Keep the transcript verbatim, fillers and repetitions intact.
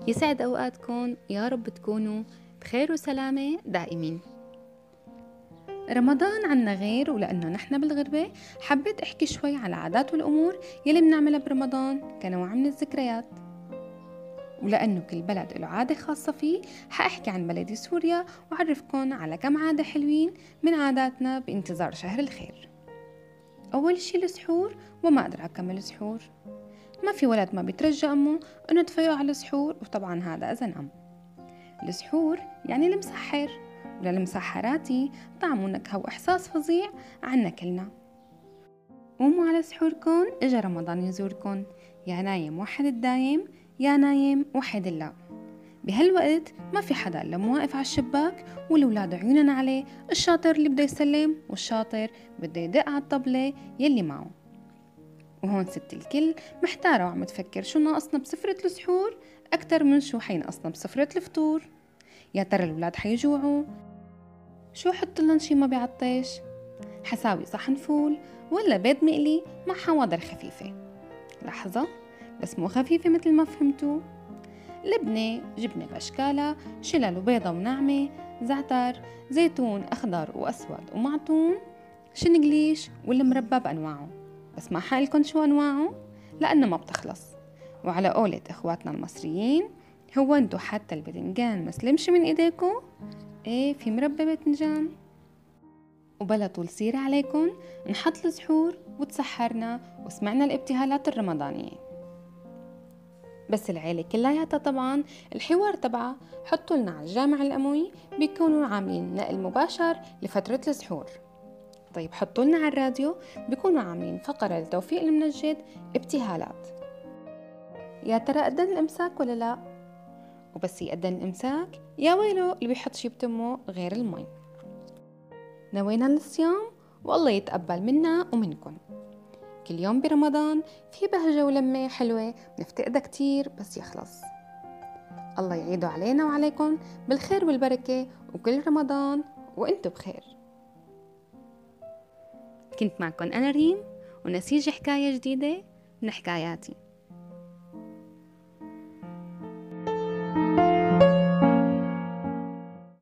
يسعد أوقاتكم، يا رب تكونوا بخير وسلامة دائمين. رمضان عنا غير، ولأنه نحن بالغربة حبيت أحكي شوي على العادات والأمور يلي بنعملها برمضان كنوع من الذكريات. ولأنه كل بلد له عادة خاصة فيه، حأحكي عن بلدي سوريا وأعرفكن على كم عادة حلوين من عاداتنا بانتظار شهر الخير. أول شي السحور، وما أدراك ما السحور. ما في ولد ما بيترجى أمه أنه تفيقه على السحور، وطبعا هذا إذا نام. السحور يعني المسحر، وللمسحراتي طعم ونكهة وإحساس فظيع عنا كلنا. قوموا على سحوركن، إجا رمضان يزوركن، يا نايم وحد الدايم، يا نايم وحد الله. بهالوقت ما في حدا إلا مواقف على الشباك والولاد عيونن عليه، الشاطر اللي بده يسلم والشاطر بده يدق على الطبلة يلي معه. وهون ست الكل محتارة وعم تفكر شو ناقصنا بسفرة السحور أكتر من شو حينقصنا بسفرة الفطور. يا ترى الولاد حيجوعوا؟ شو حط لهم شي ما بيعطش؟ حساوي صحن فول ولا بيض مقلي مع حواضر خفيفة؟ لحظة، بس مو خفيفة مثل ما فهمتوا. لبنة، جبنة بأشكالها، شلل وبيضة وناعمة، زعتر، زيتون أخضر وأسود ومعطون، شنقليش والمربى بأنواعه. بس ما حقلكن شو أنواعه لأنه ما بتخلص. وعلى قولة إخواتنا المصريين، هو انتو حتى البتنجان ما سلمش من ايديكم؟ ايه، في مربى باذنجان. وبلا طول سيرة عليكم، نحط السحور وتسحرنا وسمعنا الابتهالات الرمضانية. بس العيلة كلياتها طبعا الحوار تبعها حطوا لنا على الجامع الأموي، بيكونوا عاملين نقل مباشر لفترة السحور. طيب حطوا لنا على الراديو، بيكونوا عاملين فقرة لتوفيق المنجد ابتهالات. يا ترى أذن الإمساك ولا لا؟ وبس يأذن الإمساك، يا ويله اللي بيحط شي بتمه غير المي. نوينا الصيام والله يتقبل منا ومنكن. كل يوم برمضان في بهجة ولمة حلوة بنفتقدها كتير بس يخلص. الله يعيده علينا وعليكم بالخير والبركة، وكل رمضان وانتو بخير. كنت معكم أنا ريم، ونسيج حكاية جديدة من حكاياتي.